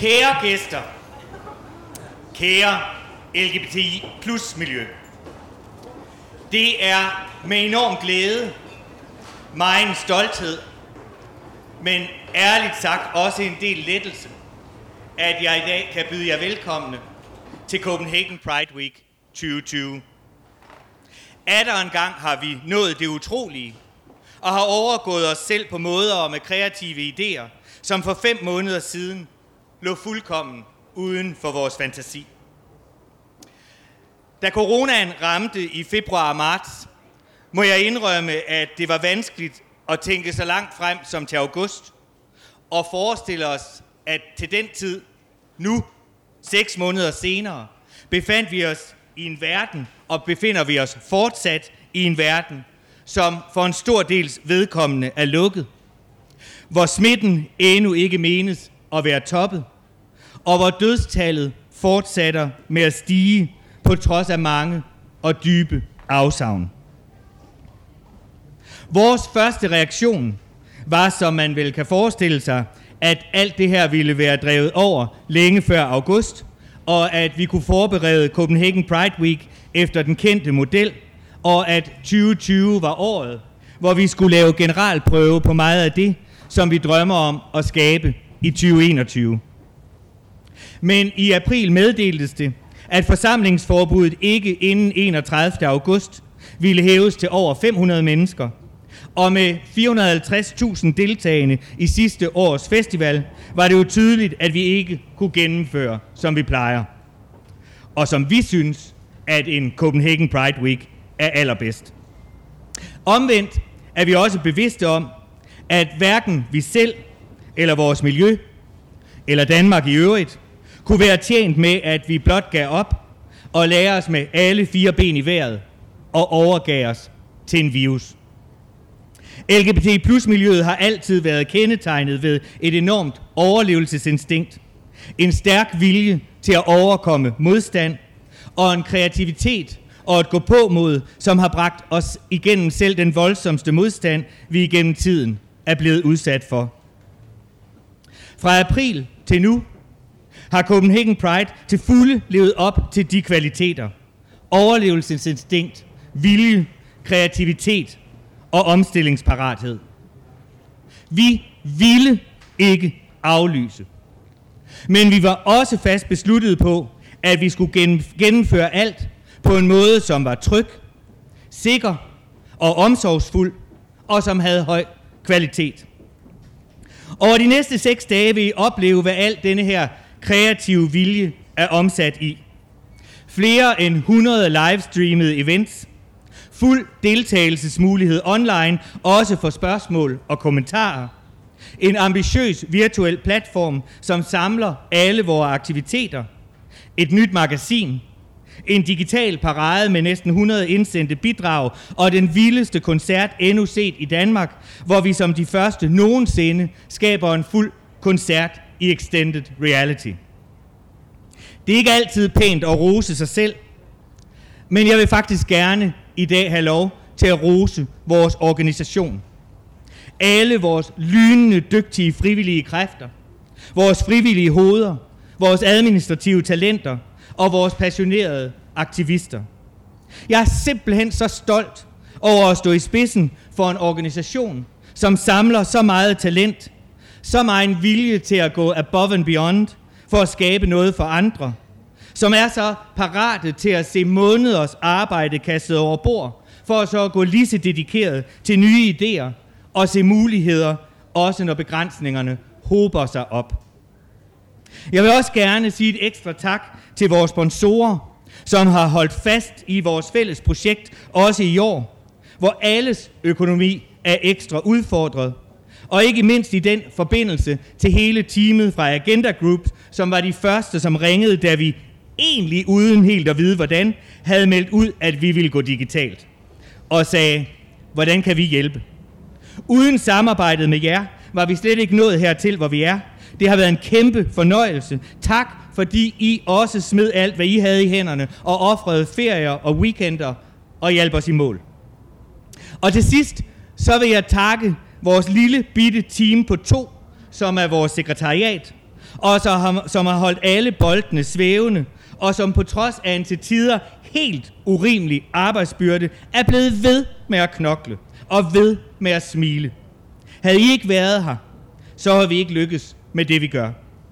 Kære gæster, kære LGBTI plus miljø. Det er med enorm glæde, megen stolthed, men ærligt sagt også en del lettelse, at jeg i dag kan byde jer velkomne til Copenhagen Pride Week 2020. Atter en gang har vi nået det utrolige, og har overgået os selv på måder og med kreative idéer, som for 5 måneder siden lå fuldkommen uden for vores fantasi. Da coronaen ramte i februar og marts, må jeg indrømme, at det var vanskeligt at tænke så langt frem som til august, og forestille os, at til den tid, nu, 6 måneder senere, befandt vi os i en verden, og befinder vi os fortsat i en verden, som for en stor dels vedkommende er lukket, hvor smitten endnu ikke menes at være toppet, og hvor dødstallet fortsætter med at stige på trods af mange og dybe afsavn. Vores første reaktion var, som man vel kan forestille sig, at alt det her ville være drevet over længe før august, og at vi kunne forberede Copenhagen Pride Week efter den kendte model, og at 2020 var året, hvor vi skulle lave generalprøve på meget af det, som vi drømmer om at skabe i 2021. Men i april meddeltes det, at forsamlingsforbuddet ikke inden 31. august ville hæves til over 500 mennesker, og med 450.000 deltagende i sidste års festival, var det jo tydeligt, at vi ikke kunne gennemføre, som vi plejer. Og som vi synes, at en Copenhagen Pride Week er allerbedst. Omvendt er vi også bevidste om, at hverken vi selv, eller vores miljø, eller Danmark i øvrigt, kunne være tjent med, at vi blot gav op og lagde os med alle 4 ben i vejret og overgav os til en virus. LGBT plus miljøet har altid været kendetegnet ved et enormt overlevelsesinstinkt, en stærk vilje til at overkomme modstand og en kreativitet og et gå-på-mod, som har bragt os igennem selv den voldsomste modstand, vi igennem tiden er blevet udsat for. Fra april til nu har Copenhagen Pride til fulde levet op til de kvaliteter: overlevelsesinstinkt, vilje, kreativitet og omstillingsparathed. Vi ville ikke aflyse, men vi var også fast besluttet på, at vi skulle gennemføre alt på en måde, som var tryg, sikker og omsorgsfuld, og som havde høj kvalitet. Over de næste 6 dage vil I opleve, hvad alt denne her kreative vilje er omsat i. Flere end 100 livestreamede events, fuld deltagelsesmulighed online, også for spørgsmål og kommentarer. En ambitiøs virtuel platform, som samler alle vores aktiviteter. Et nyt magasin. En digital parade med næsten 100 indsendte bidrag og den vildeste koncert endnu set i Danmark, hvor vi som de første nogensinde skaber en fuld koncert i extended reality. Det er ikke altid pænt at rose sig selv, men jeg vil faktisk gerne i dag have lov til at rose vores organisation. Alle vores lynende dygtige frivillige kræfter, vores frivillige hoveder, vores administrative talenter og vores passionerede aktivister. Jeg er simpelthen så stolt over at stå i spidsen for en organisation, som samler så meget talent, så meget vilje til at gå above and beyond for at skabe noget for andre, som er så parate til at se måneders arbejde kastet over bord, for så at gå lige så dedikeret til nye idéer og se muligheder, også når begrænsningerne hober sig op. Jeg vil også gerne sige et ekstra tak til vores sponsorer, som har holdt fast i vores fælles projekt, også i år, hvor alles økonomi er ekstra udfordret. Og ikke mindst i den forbindelse til hele teamet fra Agenda Group, som var de første, som ringede, da vi egentlig uden helt at vide hvordan, havde meldt ud, at vi ville gå digitalt. Og sagde, hvordan kan vi hjælpe? Uden samarbejdet med jer, var vi slet ikke nået hertil, hvor vi er. Det har været en kæmpe fornøjelse. Tak, fordi I også smed alt, hvad I havde i hænderne, og ofrede ferier og weekender og hjalp os i mål. Og til sidst, så vil jeg takke vores lille bitte team på 2, som er vores sekretariat, og som har holdt alle boldene svævende, og som på trods af en til tider helt urimelig arbejdsbyrde er blevet ved med at knokle og ved med at smile. Havde I ikke været her, så har vi ikke lykkes med det, vi gør.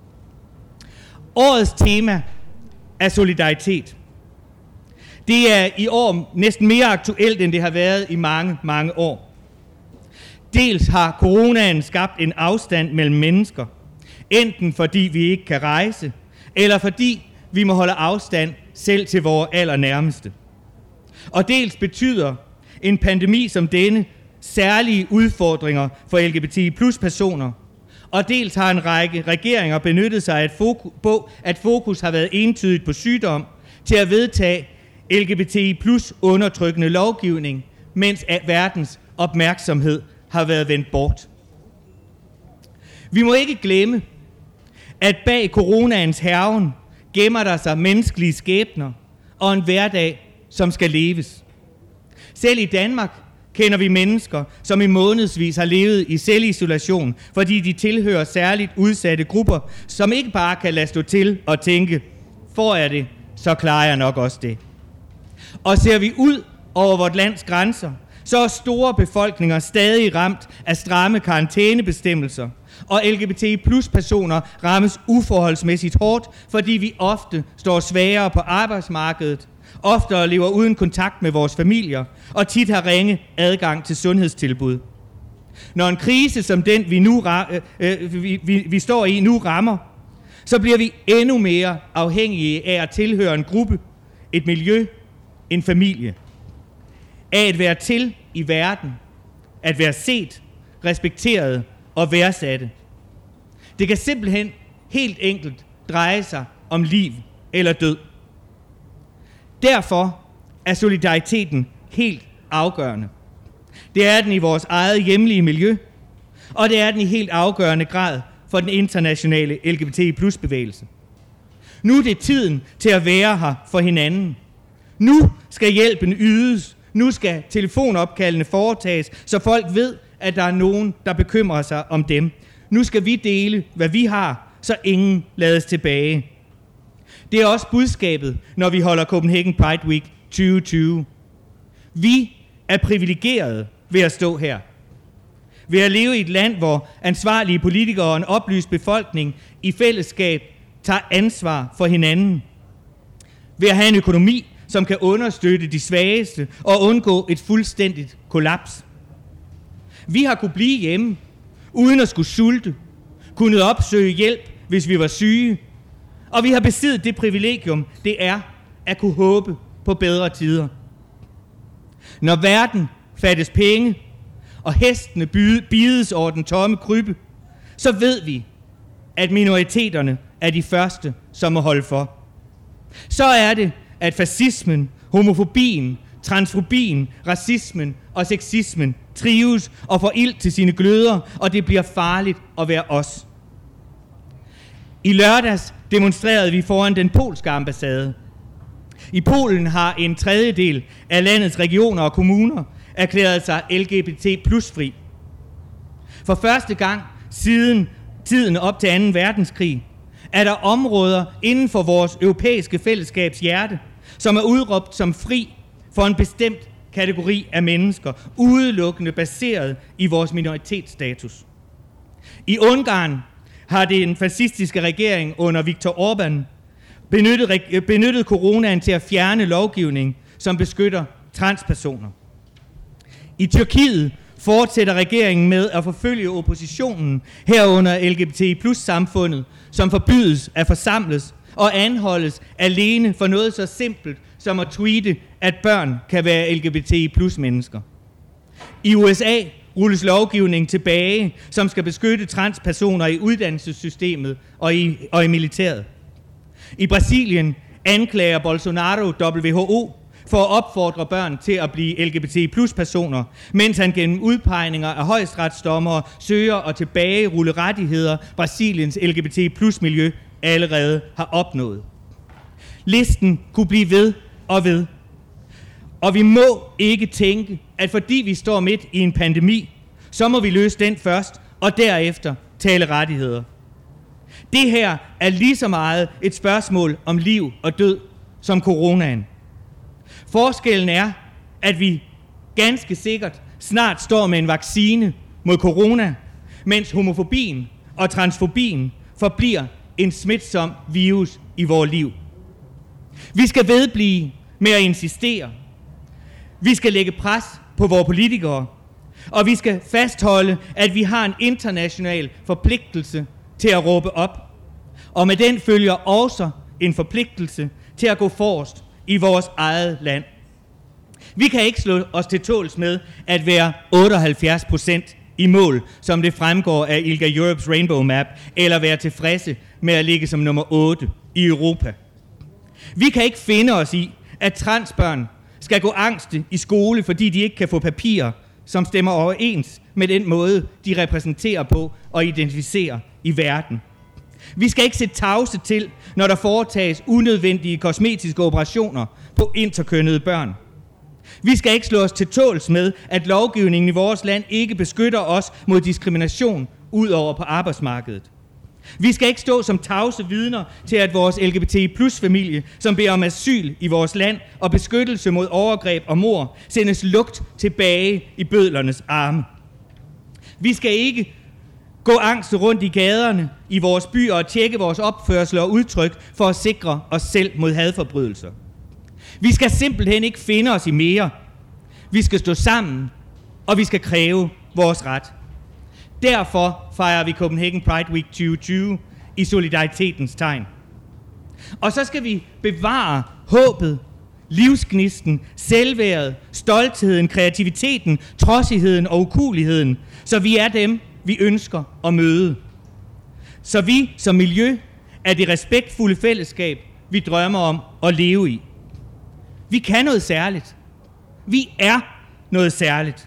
Årets tema er solidaritet. Det er i år næsten mere aktuelt, end det har været i mange, mange år. Dels har coronaen skabt en afstand mellem mennesker, enten fordi vi ikke kan rejse, eller fordi vi må holde afstand selv til vores allernærmeste. Og dels betyder en pandemi som denne særlige udfordringer for LGBTI+-personer, og dels har en række regeringer benyttet sig af at fokus har været entydigt på sygdom til at vedtage LGBTI+-undertrykkende lovgivning, mens verdens opmærksomhed har været vendt bort. Vi må ikke glemme, at bag coronaens hærgen gemmer der sig menneskelige skæbner og en hverdag, som skal leves. Selv i Danmark kender vi mennesker, som i månedsvis har levet i selvisolation, fordi de tilhører særligt udsatte grupper, som ikke bare kan lade stå til og tænke, får jeg det, så klarer jeg nok også det. Og ser vi ud over vort lands grænser, så er store befolkninger stadig ramt af stramme karantænebestemmelser, og LGBTI+-personer rammes uforholdsmæssigt hårdt, fordi vi ofte står svagere på arbejdsmarkedet, oftere lever uden kontakt med vores familier, og tit har ringe adgang til sundhedstilbud. Når en krise som den, vi står i nu rammer, så bliver vi endnu mere afhængige af at tilhøre en gruppe, et miljø, en familie. Af at være til i verden, at være set, respekteret og værdsatte. Det kan simpelthen helt enkelt dreje sig om liv eller død. Derfor er solidariteten helt afgørende. Det er den i vores eget hjemlige miljø, og det er den i helt afgørende grad for den internationale LGBTI+-bevægelse. Nu er det tiden til at være her for hinanden. Nu skal hjælpen ydes. Nu skal telefonopkaldene foretages, så folk ved, at der er nogen, der bekymrer sig om dem. Nu skal vi dele, hvad vi har, så ingen lades tilbage. Det er også budskabet, når vi holder Copenhagen Pride Week 2020. Vi er privilegerede ved at stå her. Ved at leve i et land, hvor ansvarlige politikere og en oplyst befolkning i fællesskab tager ansvar for hinanden. Ved at have en økonomi, som kan understøtte de svageste og undgå et fuldstændigt kollaps. Vi har kunnet blive hjemme, uden at skulle sulte, kunnet opsøge hjælp, hvis vi var syge, og vi har besiddet det privilegium, det er at kunne håbe på bedre tider. Når verden fattes penge, og hestene bides over den tomme krybbe, så ved vi, at minoriteterne er de første, som må holde for. Så er det, at fascismen, homofobien, transfobien, racismen og sexismen trives og får ild til sine gløder, og det bliver farligt at være os. I lørdags demonstrerede vi foran den polske ambassade. I Polen har en tredjedel af landets regioner og kommuner erklæret sig LGBT+-fri. For første gang siden tiden op til 2. verdenskrig er der områder inden for vores europæiske fællesskabs hjerte, som er udråbt som fri for en bestemt kategori af mennesker, udelukkende baseret i vores minoritetsstatus. I Ungarn har den fascistiske regering under Viktor Orbán benyttet coronaen til at fjerne lovgivning, som beskytter transpersoner. I Tyrkiet fortsætter regeringen med at forfølge oppositionen, herunder LGBTI+-samfundet, som forbydes at forsamles og anholdes alene for noget så simpelt som at tweete, at børn kan være LGBTI+-mennesker. I USA rulles lovgivning tilbage, som skal beskytte transpersoner i uddannelsessystemet og i militæret. I Brasilien anklager Bolsonaro WHO for at opfordre børn til at blive LGBT+-personer, mens han gennem udpegninger af højesteretsdommere søger at tilbagerulle rettigheder, Brasiliens LGBT+-miljø allerede har opnået. Listen kunne blive ved og ved. Og vi må ikke tænke, at fordi vi står midt i en pandemi, så må vi løse den først, og derefter tale rettigheder. Det her er lige så meget et spørgsmål om liv og død som coronaen. Forskellen er, at vi ganske sikkert snart står med en vaccine mod corona, mens homofobien og transfobien forbliver en smitsom virus i vores liv. Vi skal vedblive med at insistere. Vi skal lægge pres på vores politikere, og vi skal fastholde, at vi har en international forpligtelse til at råbe op. Og med den følger også en forpligtelse til at gå forrest i vores eget land. Vi kan ikke slå os til tåls med at være 78% i mål, som det fremgår af ILGA Europes Rainbow Map, eller være tilfredse med at ligge som nummer 8 i Europa. Vi kan ikke finde os i, at transbørn skal gå angste i skole, fordi de ikke kan få papirer, som stemmer overens med den måde, de repræsenterer på og identificerer i verden. Vi skal ikke se tavse til, når der foretages unødvendige kosmetiske operationer på interkønnede børn. Vi skal ikke slå os til tåls med, at lovgivningen i vores land ikke beskytter os mod diskrimination ud over på arbejdsmarkedet. Vi skal ikke stå som tavse vidner til, at vores LGBTI+-familie, som beder om asyl i vores land og beskyttelse mod overgreb og mord, sendes lugt tilbage i bødlernes arme. Vi skal ikke gå angst rundt i gaderne i vores byer og tjekke vores opførsler og udtryk for at sikre os selv mod hadforbrydelser. Vi skal simpelthen ikke finde os i mere. Vi skal stå sammen, og vi skal kræve vores ret. Derfor fejrer vi Copenhagen Pride Week 2020 i solidaritetens tegn. Og så skal vi bevare håbet, livsgnisten, selvværdet, stoltheden, kreativiteten, trodsigheden og ukueligheden, så vi er dem, vi ønsker at møde. Så vi som miljø er det respektfulde fællesskab, vi drømmer om at leve i. Vi kan noget særligt. Vi er noget særligt.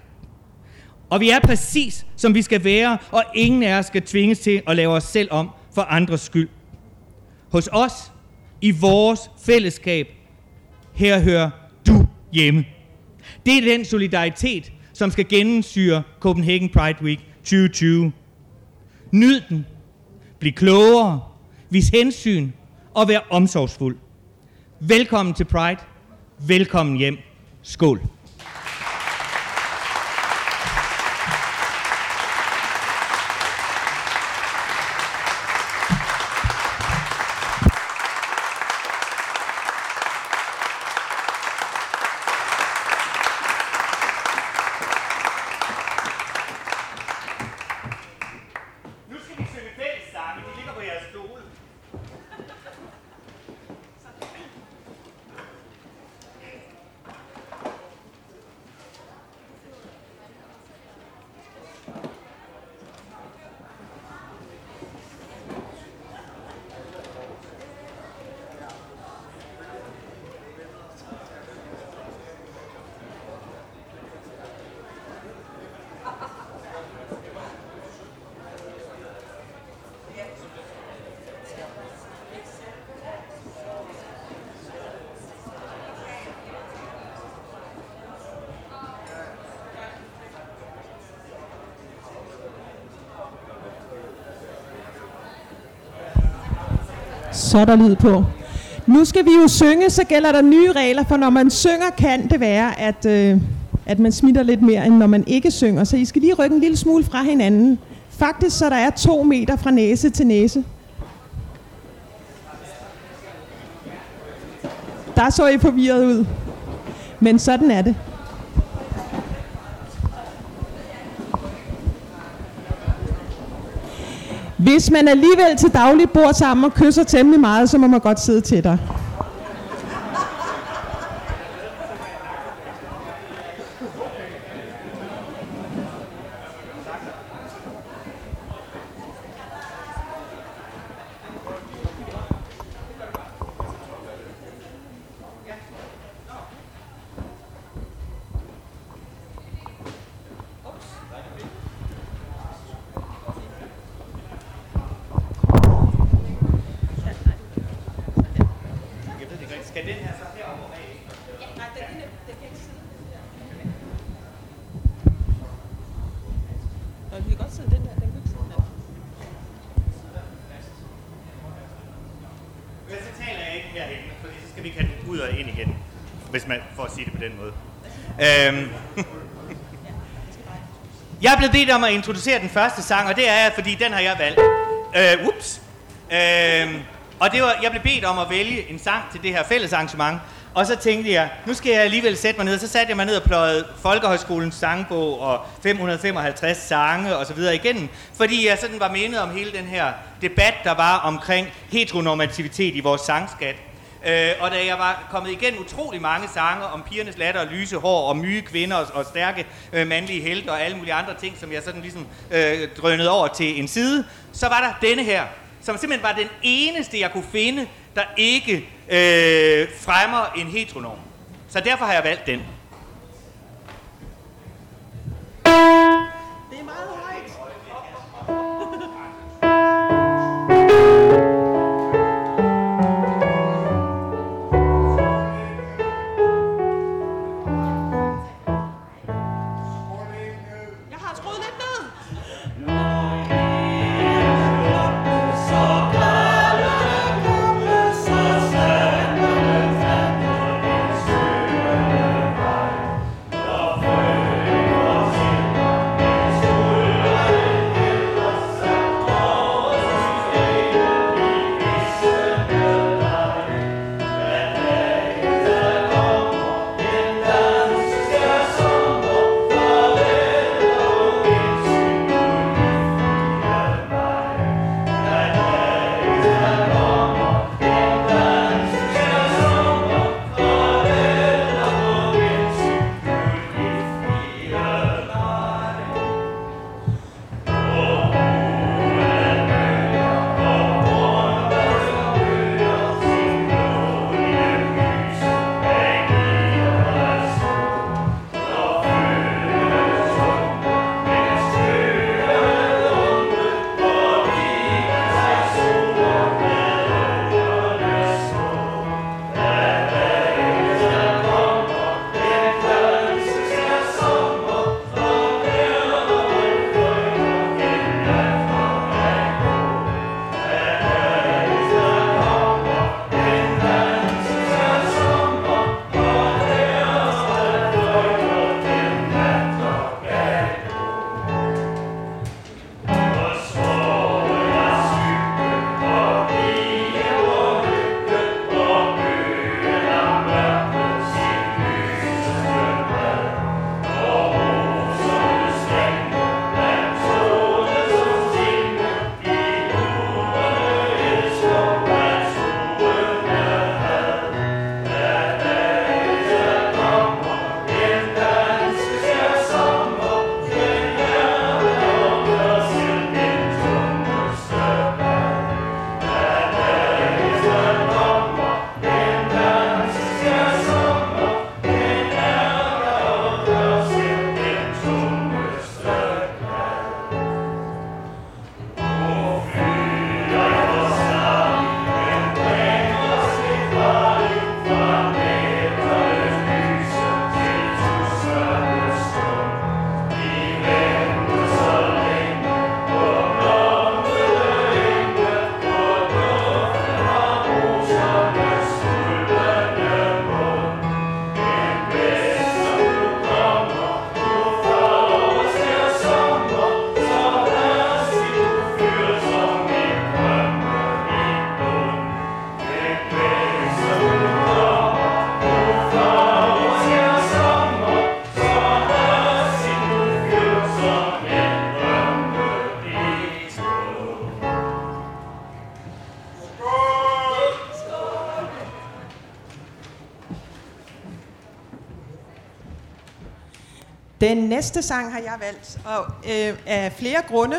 Og vi er præcis, som vi skal være, og ingen af os skal tvinges til at lave os selv om for andres skyld. Hos os, i vores fællesskab, her hører du hjemme. Det er den solidaritet, som skal gennemsyre Copenhagen Pride Week 2020. Nyd den, bliv klogere, vis hensyn og vær omsorgsfuld. Velkommen til Pride. Velkommen hjem. Skål. Så er der lyd på. Nu skal vi jo synge, så gælder der nye regler, for når man synger, kan det være, at man smitter lidt mere, end når man ikke synger. Så I skal lige rykke en lille smule fra hinanden. Faktisk, så der er 2 meter fra næse til næse. Der så I forvirret ud. Men sådan er det. Hvis man alligevel til daglig bor sammen og kysser temmelig meget, så må man godt sidde tættere. Skal den her så herover bag? Nej, den kan ikke sidde der. Nå, vi kan godt sidde den der. Den kan ikke sidde der. herinde, fordi så skal vi ikke have den ud og ind igen, hvis man får at sige det på den måde. Jeg er blevet bedt om at introducere den første sang, og det er jeg, fordi den har jeg valgt. Og det var, jeg blev bedt om at vælge en sang til det her fællesarrangement, og så tænkte jeg, nu skal jeg alligevel sætte mig ned, og så satte jeg mig ned og pløjede Folkehøjskolens sangbog og 555 sange og så videre igennem, fordi jeg sådan var mindet om hele den her debat, der var omkring heteronormativitet i vores sangskat. Og da jeg var kommet igen utrolig mange sange om pigernes latter og lyse hår og myge kvinder og stærke mandlige helte og alle mulige andre ting, som jeg sådan ligesom drønede over til en side, så var der denne her, som simpelthen var den eneste, jeg kunne finde, der ikke fremmer en heteronorm. Så derfor har jeg valgt den. Det er meget højt. Jeg har skruet lidt ned. Den næste sang har jeg valgt, og af flere grunde.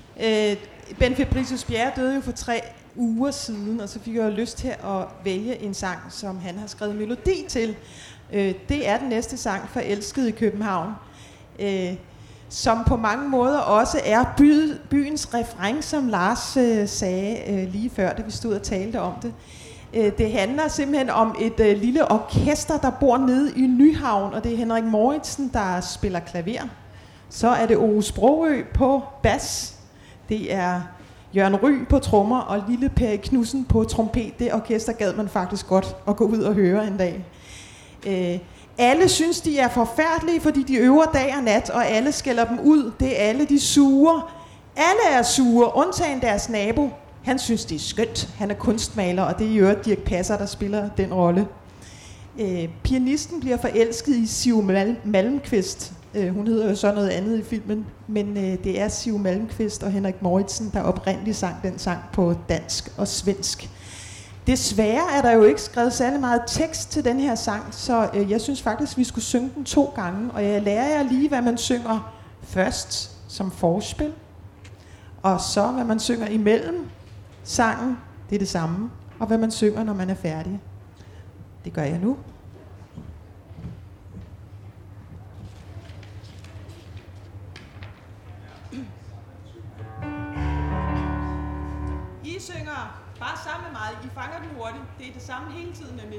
Ben Fabricius Bjerre døde jo for 3 uger siden, og så fik jeg jo lyst til at vælge en sang, som han har skrevet melodi til. Det er den næste sang, Forelsket i København, som på mange måder også er byens refræn, som Lars sagde lige før, da vi stod og talte om det. Det handler simpelthen om et lille orkester, der bor nede i Nyhavn, og det er Henrik Moritzen, der spiller klaver. Så er det Ove Sprogøe på bas. Det er Jørgen Ry på trommer og lille Per Knudsen på trompet. Det orkester gad man faktisk godt at gå ud og høre en dag. Alle synes, de er forfærdelige, fordi de øver dag og nat, og alle skælder dem ud. Det er alle de sure. Alle er sure, undtagen deres nabo. Han synes, det er skønt. Han er kunstmaler, og det er i øvrigt Dirch Passer, der spiller den rolle. Pianisten bliver forelsket i Siv Malmkvist. Hun hedder jo så noget andet i filmen, men det er Siv Malmkvist og Henrik Moritzen, der oprindeligt sang den sang på dansk og svensk. Desværre er der jo ikke skrevet særlig meget tekst til den her sang, så jeg synes faktisk, vi skulle synge den 2 gange, og jeg lærer jer lige, hvad man synger først som forspil, og så hvad man synger imellem sangen, det er det samme, og hvad man synger, når man er færdig. Det gør jeg nu. I synger bare sammen med mig. I fanger den hurtigt. Det er det samme hele tiden nemlig.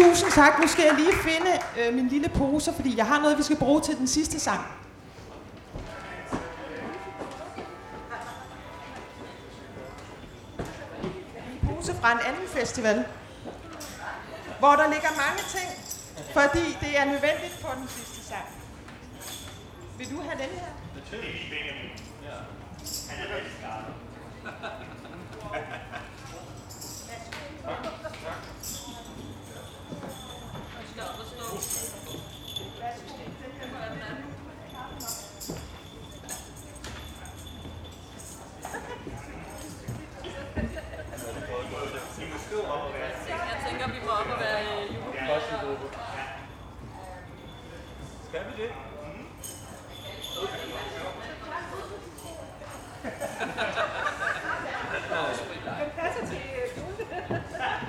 tusind tak. Nu skal jeg lige finde min lille pose, fordi jeg har noget, vi skal bruge til den sidste sang. En pose fra en anden festival, hvor der ligger mange ting, fordi det er nødvendigt på den sidste sang. Vil du have den her? Selvfølgelig, Benjamin. Ja. Han er rigtig skarp. Jeg tænker, vi må op og være julegruppe. Skal vi det? Den passer til julen.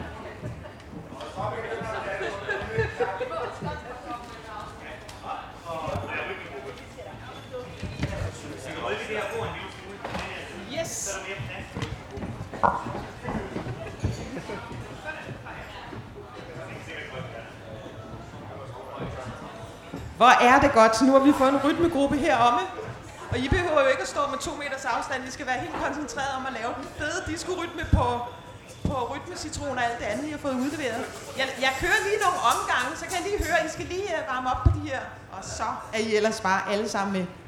Yes. Hvor er det godt. Nu har vi fået en rytmegruppe heromme. Og I behøver jo ikke at stå med 2 meters afstand. I skal være helt koncentreret om at lave den fede disco-rytme på rytmecitron og alt det andet, I har fået udleveret. Jeg kører lige nogle omgange, så kan jeg lige høre, I skal lige varme op på de her. Og så er I ellers bare alle sammen med.